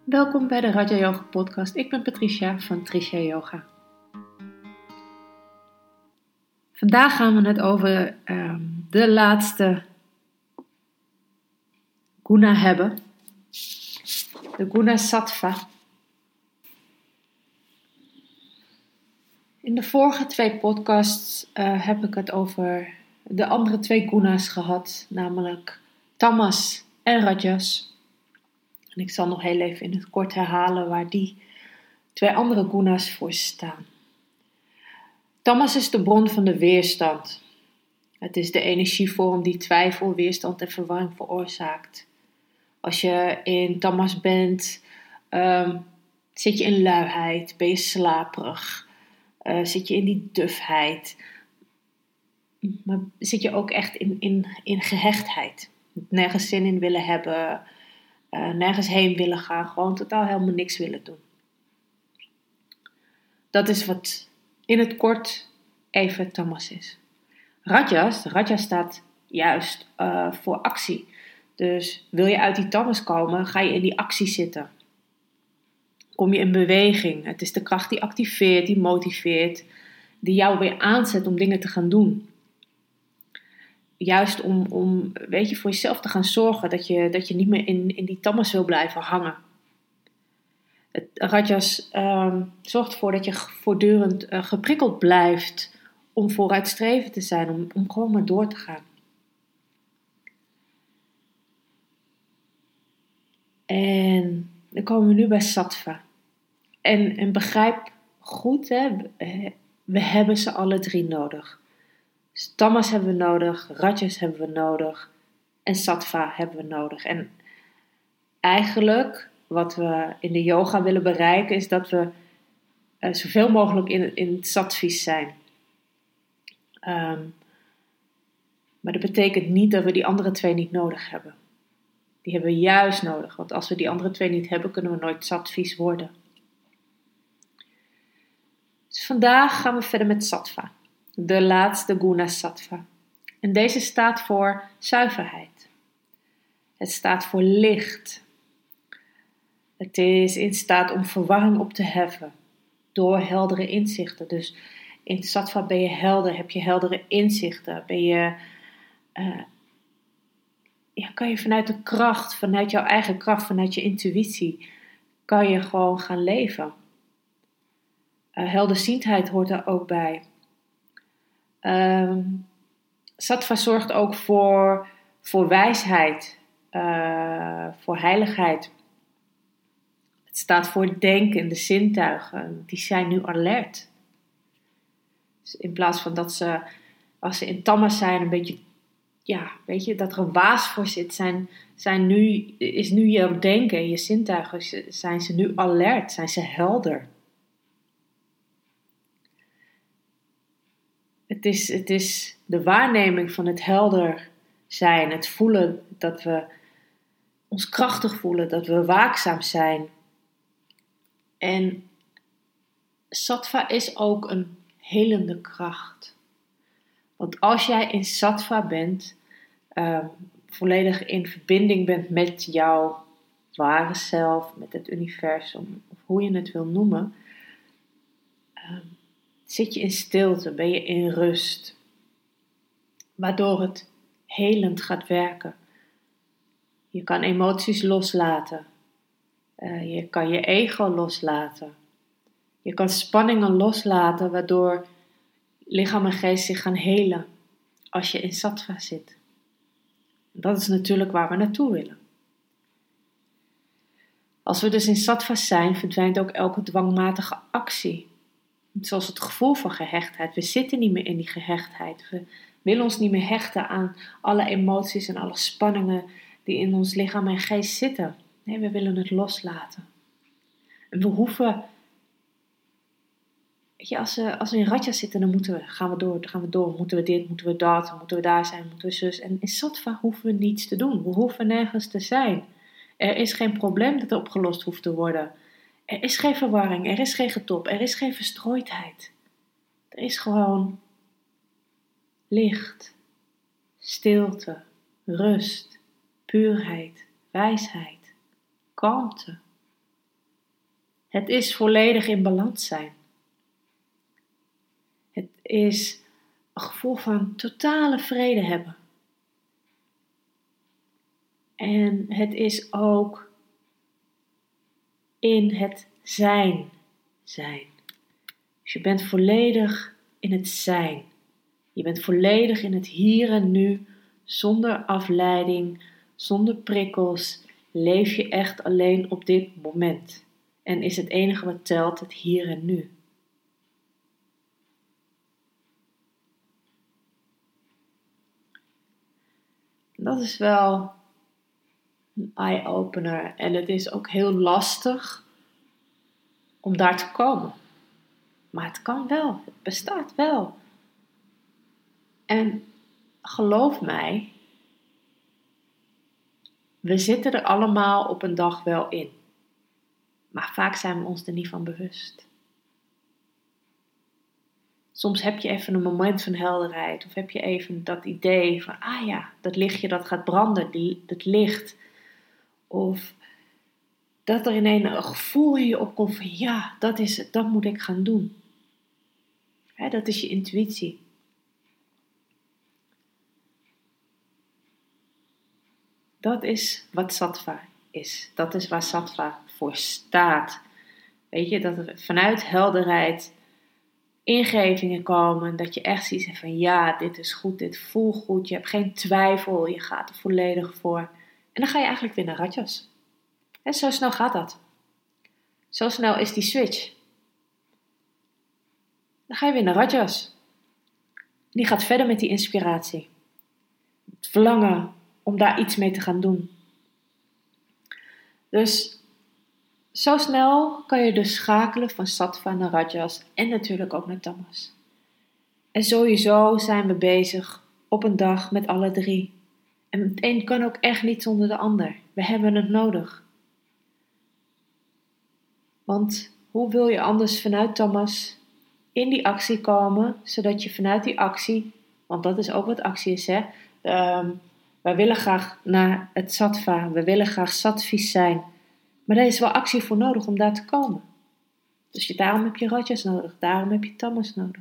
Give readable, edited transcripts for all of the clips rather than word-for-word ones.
Welkom bij de Raja Yoga podcast. Ik ben Patricia van Tricia Yoga. Vandaag gaan we het over de laatste guna hebben. De guna sattva. In de vorige 2 podcasts heb ik het over de andere 2 guna's gehad. Namelijk tamas en rajas. En ik zal nog heel even in het kort herhalen waar die 2 andere guna's voor staan. Tamas is de bron van de weerstand. Het is de energievorm die twijfel, weerstand en verwarring veroorzaakt. Als je in tamas bent, zit je in luiheid, ben je slaperig, zit je in die dufheid. Maar zit je ook echt in gehechtheid. Nergens zin in willen hebben, nergens heen willen gaan, gewoon totaal helemaal niks willen doen. Dat is wat in het kort even tamas is. Rajas staat juist voor actie. Dus wil je uit die tamas komen, ga je in die actie zitten. Kom je in beweging. Het is de kracht die activeert, die motiveert, die jou weer aanzet om dingen te gaan doen. Juist om voor jezelf te gaan zorgen dat je niet meer in die tamas wil blijven hangen. Het rajas zorgt ervoor dat je voortdurend geprikkeld blijft om vooruitstrevend te zijn, om gewoon maar door te gaan. En dan komen we nu bij sattva. En begrijp goed, we hebben ze alle 3 nodig. Dus tamas hebben we nodig, rajas hebben we nodig en sattva hebben we nodig. En eigenlijk wat we in de yoga willen bereiken is dat we zoveel mogelijk in het sattvisch zijn. Maar dat betekent niet dat we die andere 2 niet nodig hebben. Die hebben we juist nodig, want als we die andere 2 niet hebben, kunnen we nooit sattvisch worden. Dus vandaag gaan we verder met sattva. De laatste guna sattva. En deze staat voor zuiverheid. Het staat voor licht. Het is in staat om verwarring op te heffen door heldere inzichten. Dus in sattva ben je helder, heb je heldere inzichten. Kan je vanuit de kracht, vanuit jouw eigen kracht, vanuit je intuïtie, kan je gewoon gaan leven. Helderziendheid hoort er ook bij. Sattva zorgt ook voor wijsheid, voor heiligheid. Het staat voor het denken, de zintuigen, die zijn nu alert. Dus in plaats van dat ze, als ze in tamas zijn, een beetje, dat er een waas voor zit, is nu je denken en je zintuigen, zijn ze nu alert, zijn ze helder. Het is de waarneming van het helder zijn, het voelen dat we ons krachtig voelen, dat we waakzaam zijn. En sattva is ook een helende kracht. Want als jij in sattva bent, volledig in verbinding bent met jouw ware zelf, met het universum, of hoe je het wil noemen, zit je in stilte, ben je in rust, waardoor het helend gaat werken. Je kan emoties loslaten, je kan je ego loslaten, je kan spanningen loslaten, waardoor lichaam en geest zich gaan helen als je in sattva zit. Dat is natuurlijk waar we naartoe willen. Als we dus in sattva zijn, verdwijnt ook elke dwangmatige actie. Zoals het gevoel van gehechtheid. We zitten niet meer in die gehechtheid. We willen ons niet meer hechten aan alle emoties en alle spanningen die in ons lichaam en geest zitten. Nee, we willen het loslaten. En we hoeven, als we in rajas zitten, dan gaan we door. Moeten we dit, moeten we dat, moeten we daar zijn, moeten we zus. En in sattva hoeven we niets te doen. We hoeven nergens te zijn. Er is geen probleem dat opgelost hoeft te worden. Er is geen verwarring, er is geen getop, er is geen verstrooidheid. Er is gewoon licht, stilte, rust, puurheid, wijsheid, kalmte, Het is volledig in balans zijn. Het is een gevoel van totale vrede hebben. En het is ook in het zijn. Dus je bent volledig in het zijn. Je bent volledig in het hier en nu, zonder afleiding, zonder prikkels. Leef je echt alleen op dit moment. En is het enige wat telt het hier en nu. Dat is wel een eye-opener. En het is ook heel lastig om daar te komen. Maar het kan wel. Het bestaat wel. En geloof mij, we zitten er allemaal op een dag wel in. Maar vaak zijn we ons er niet van bewust. Soms heb je even een moment van helderheid. Of heb je even dat idee van, dat lichtje dat gaat branden, dat licht. Of dat er ineens een gevoel in je opkomt van, dat is het, dat moet ik gaan doen. Dat is je intuïtie. Dat is wat sattva is. Dat is waar sattva voor staat. Weet je, dat er vanuit helderheid ingevingen komen. Dat je echt ziet van dit is goed, dit voelt goed. Je hebt geen twijfel, je gaat er volledig voor. En dan ga je eigenlijk weer naar rajas. En zo snel gaat dat. Zo snel is die switch. Dan ga je weer naar rajas. Die gaat verder met die inspiratie. Het verlangen om daar iets mee te gaan doen. Dus zo snel kan je dus schakelen van sattva naar rajas en natuurlijk ook naar tamas. En sowieso zijn we bezig op een dag met alle drie. En het een kan ook echt niet zonder de ander. We hebben het nodig. Want hoe wil je anders vanuit tamas in die actie komen, zodat je vanuit die actie, want dat is ook wat actie is, wij willen graag naar het sattva, we willen graag sattvisch zijn, maar daar is wel actie voor nodig om daar te komen. Dus daarom heb je rajas nodig, daarom heb je tamas nodig.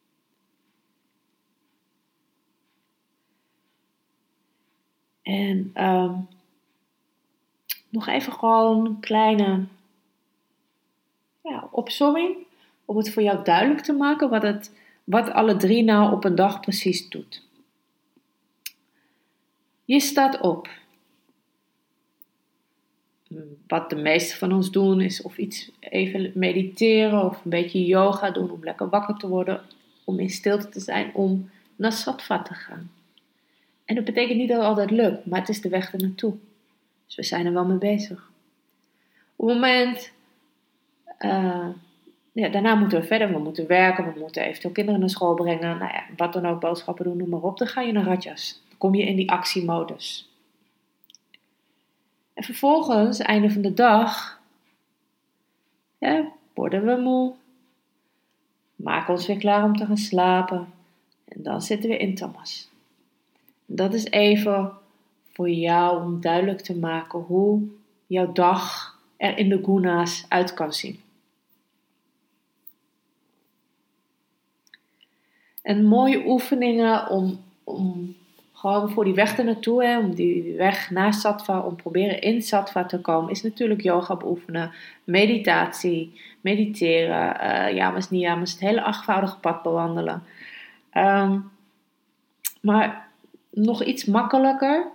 En nog even gewoon een kleine opsomming, om het voor jou duidelijk te maken wat alle drie nou op een dag precies doet. Je staat op. Wat de meesten van ons doen is of iets even mediteren of een beetje yoga doen om lekker wakker te worden, om in stilte te zijn, om naar sattva te gaan. En dat betekent niet dat het altijd lukt, maar het is de weg er naartoe. Dus we zijn er wel mee bezig. Op het moment, daarna moeten we verder, we moeten werken, we moeten eventueel kinderen naar school brengen, wat dan ook, boodschappen doen, noem maar op. Dan ga je naar rajas. Dan kom je in die actiemodus. En vervolgens, einde van de dag, worden we moe, maken ons weer klaar om te gaan slapen en dan zitten we in tamas. Dat is even voor jou om duidelijk te maken hoe jouw dag er in de guna's uit kan zien. En mooie oefeningen om gewoon voor die weg ernaartoe, om die weg naar sattva, om proberen in sattva te komen, is natuurlijk yoga beoefenen, meditatie, mediteren, yamas, niyamas, het hele 8voudige pad bewandelen. Maar nog iets makkelijker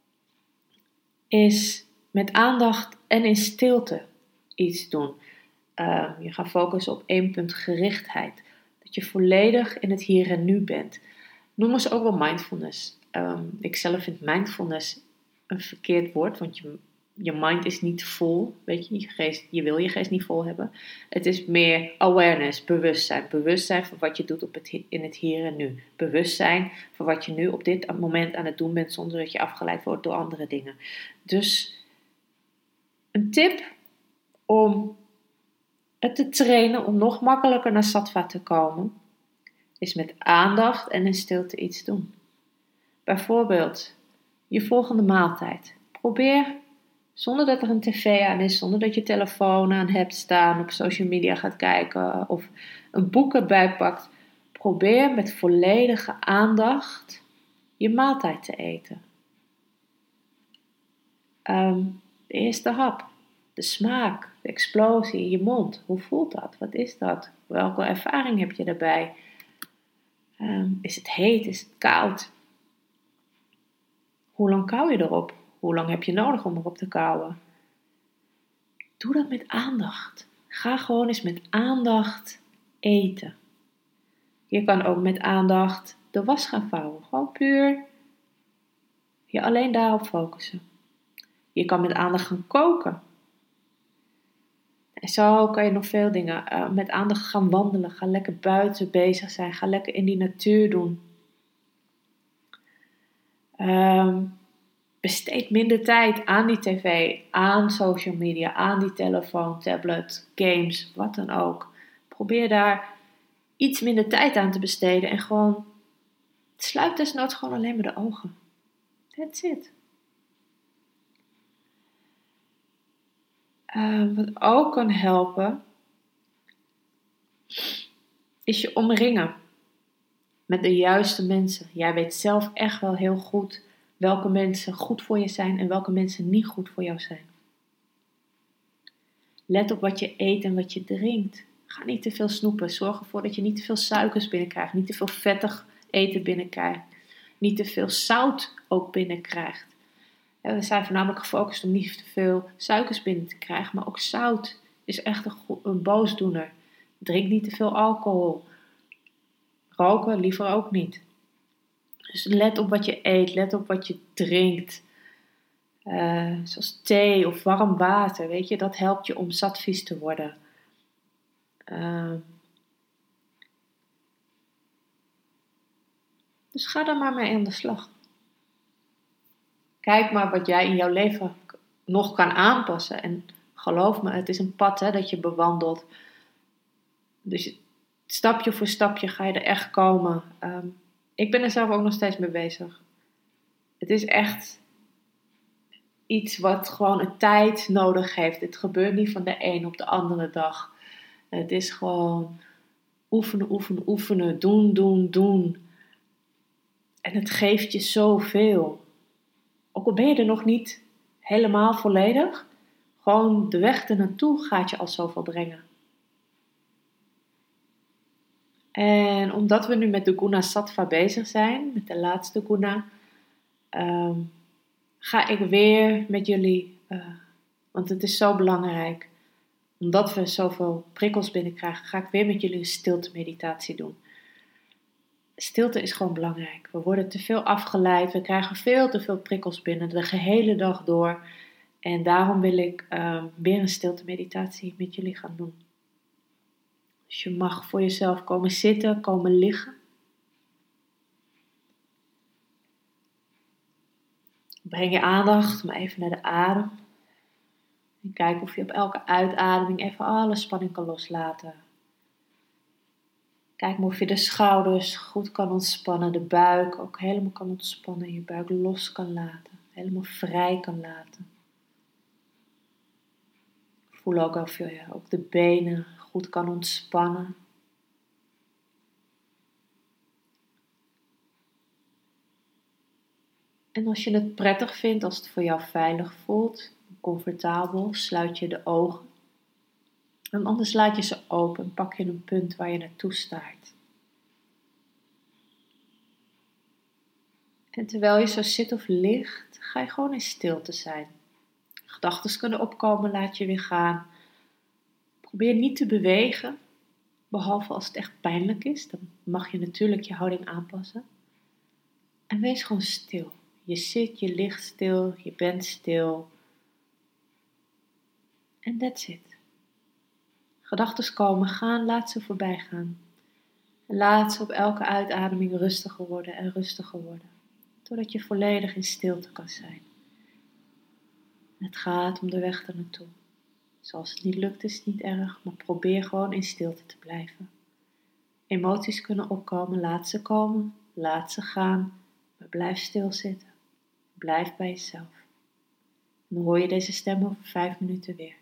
is met aandacht en in stilte iets doen. Je gaat focussen op 1 punt gerichtheid. Dat je volledig in het hier en nu bent. Noemen ze ook wel mindfulness. Ik zelf vind mindfulness een verkeerd woord, want je mind is niet vol, weet je, je wil je geest niet vol hebben. Het is meer awareness, bewustzijn. Bewustzijn van wat je doet in het hier en nu. Bewustzijn van wat je nu op dit moment aan het doen bent, zonder dat je afgeleid wordt door andere dingen. Dus een tip om het te trainen, om nog makkelijker naar sattva te komen, is met aandacht en in stilte iets doen. Bijvoorbeeld, je volgende maaltijd. Probeer Zonder dat er een tv aan is, zonder dat je telefoon aan hebt staan, op social media gaat kijken of een boek erbij pakt. Probeer met volledige aandacht je maaltijd te eten. De eerste hap, de smaak, de explosie in je mond. Hoe voelt dat? Wat is dat? Welke ervaring heb je daarbij? Is het heet? Is het koud? Hoe lang kauw je erop? Hoe lang heb je nodig om erop te kauwen? Doe dat met aandacht. Ga gewoon eens met aandacht eten. Je kan ook met aandacht de was gaan vouwen. Gewoon puur je alleen daarop focussen. Je kan met aandacht gaan koken. En zo kan je nog veel dingen. Met aandacht gaan wandelen. Ga lekker buiten bezig zijn. Ga lekker in die natuur doen. Besteed minder tijd aan die tv, aan social media, aan die telefoon, tablet, games, wat dan ook. Probeer daar iets minder tijd aan te besteden en gewoon sluit desnoods gewoon alleen maar de ogen. That's it. Wat ook kan helpen, is je omringen met de juiste mensen. Jij weet zelf echt wel heel goed welke mensen goed voor je zijn en welke mensen niet goed voor jou zijn. Let op wat je eet en wat je drinkt. Ga niet te veel snoepen. Zorg ervoor dat je niet te veel suikers binnenkrijgt. Niet te veel vettig eten binnenkrijgt. Niet te veel zout ook binnenkrijgt. We zijn voornamelijk gefocust om niet te veel suikers binnen te krijgen. Maar ook zout is echt een boosdoener. Drink niet te veel alcohol. Roken liever ook niet. Dus let op wat je eet. Let op wat je drinkt. Zoals thee of warm water. Weet je, dat helpt je om zatvies te worden. Dus ga daar maar mee aan de slag. Kijk maar wat jij in jouw leven nog kan aanpassen. En geloof me, het is een pad dat je bewandelt. Dus stapje voor stapje ga je er echt komen. Ik ben er zelf ook nog steeds mee bezig. Het is echt iets wat gewoon een tijd nodig heeft. Het gebeurt niet van de een op de andere dag. Het is gewoon oefenen, oefenen, oefenen. Doen, doen, doen. En het geeft je zoveel. Ook al ben je er nog niet helemaal volledig. Gewoon de weg ernaartoe gaat je al zoveel brengen. En omdat we nu met de Guna Sattva bezig zijn, met de laatste Guna, ga ik weer met jullie, want het is zo belangrijk, omdat we zoveel prikkels binnenkrijgen, ga ik weer met jullie een stilte meditatie doen. Stilte is gewoon belangrijk. We worden te veel afgeleid, we krijgen veel te veel prikkels binnen de gehele dag door. En daarom wil ik weer een stilte meditatie met jullie gaan doen. Dus je mag voor jezelf komen zitten, komen liggen. Breng je aandacht maar even naar de adem. En kijk of je op elke uitademing even alle spanning kan loslaten. Kijk maar of je de schouders goed kan ontspannen. De buik ook helemaal kan ontspannen. Je buik los kan laten. Helemaal vrij kan laten. Voel ook of je ook de benen goed kan ontspannen. En als je het prettig vindt, als het voor jou veilig voelt, comfortabel, sluit je de ogen. En anders laat je ze open en pak je een punt waar je naartoe staart. En terwijl je zo zit of ligt, ga je gewoon in stilte zijn. Gedachten kunnen opkomen, laat je weer gaan. Probeer niet te bewegen, behalve als het echt pijnlijk is. Dan mag je natuurlijk je houding aanpassen. En wees gewoon stil. Je zit, je ligt stil, je bent stil. En that's it. Gedachten komen, gaan, laat ze voorbij gaan. En laat ze op elke uitademing rustiger worden en rustiger worden. Totdat je volledig in stilte kan zijn. En het gaat om de weg er naartoe. Zoals het niet lukt is het niet erg, maar probeer gewoon in stilte te blijven. Emoties kunnen opkomen, laat ze komen, laat ze gaan, maar blijf stilzitten. Blijf bij jezelf. Dan hoor je deze stem over 5 minuten weer.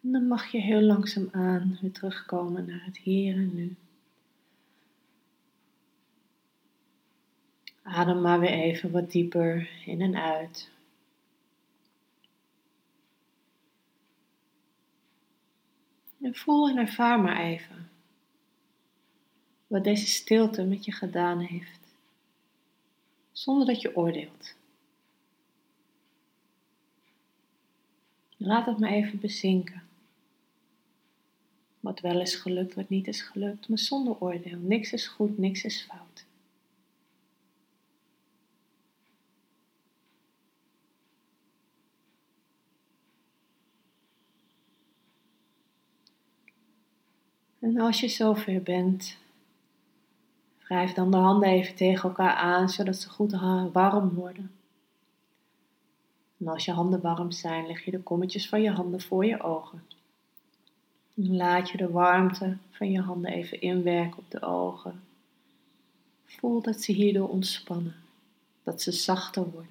En dan mag je heel langzaamaan weer terugkomen naar het hier en nu. Adem maar weer even wat dieper in en uit. En voel en ervaar maar even wat deze stilte met je gedaan heeft, zonder dat je oordeelt. Laat het maar even bezinken. Wat wel is gelukt, wat niet is gelukt, maar zonder oordeel. Niks is goed, niks is fout. En als je zover bent, wrijf dan de handen even tegen elkaar aan, zodat ze goed warm worden. En als je handen warm zijn, leg je de kommetjes van je handen voor je ogen. En laat je de warmte van je handen even inwerken op de ogen. Voel dat ze hierdoor ontspannen, dat ze zachter worden.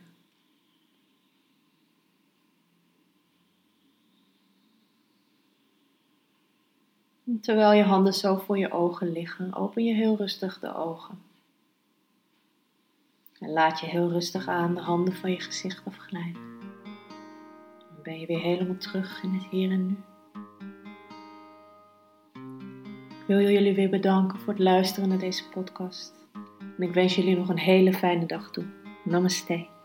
En terwijl je handen zo voor je ogen liggen, open je heel rustig de ogen. En laat je heel rustig aan de handen van je gezicht afglijden. Dan ben je weer helemaal terug in het hier en nu. Ik wil jullie weer bedanken voor het luisteren naar deze podcast. En ik wens jullie nog een hele fijne dag toe. Namaste.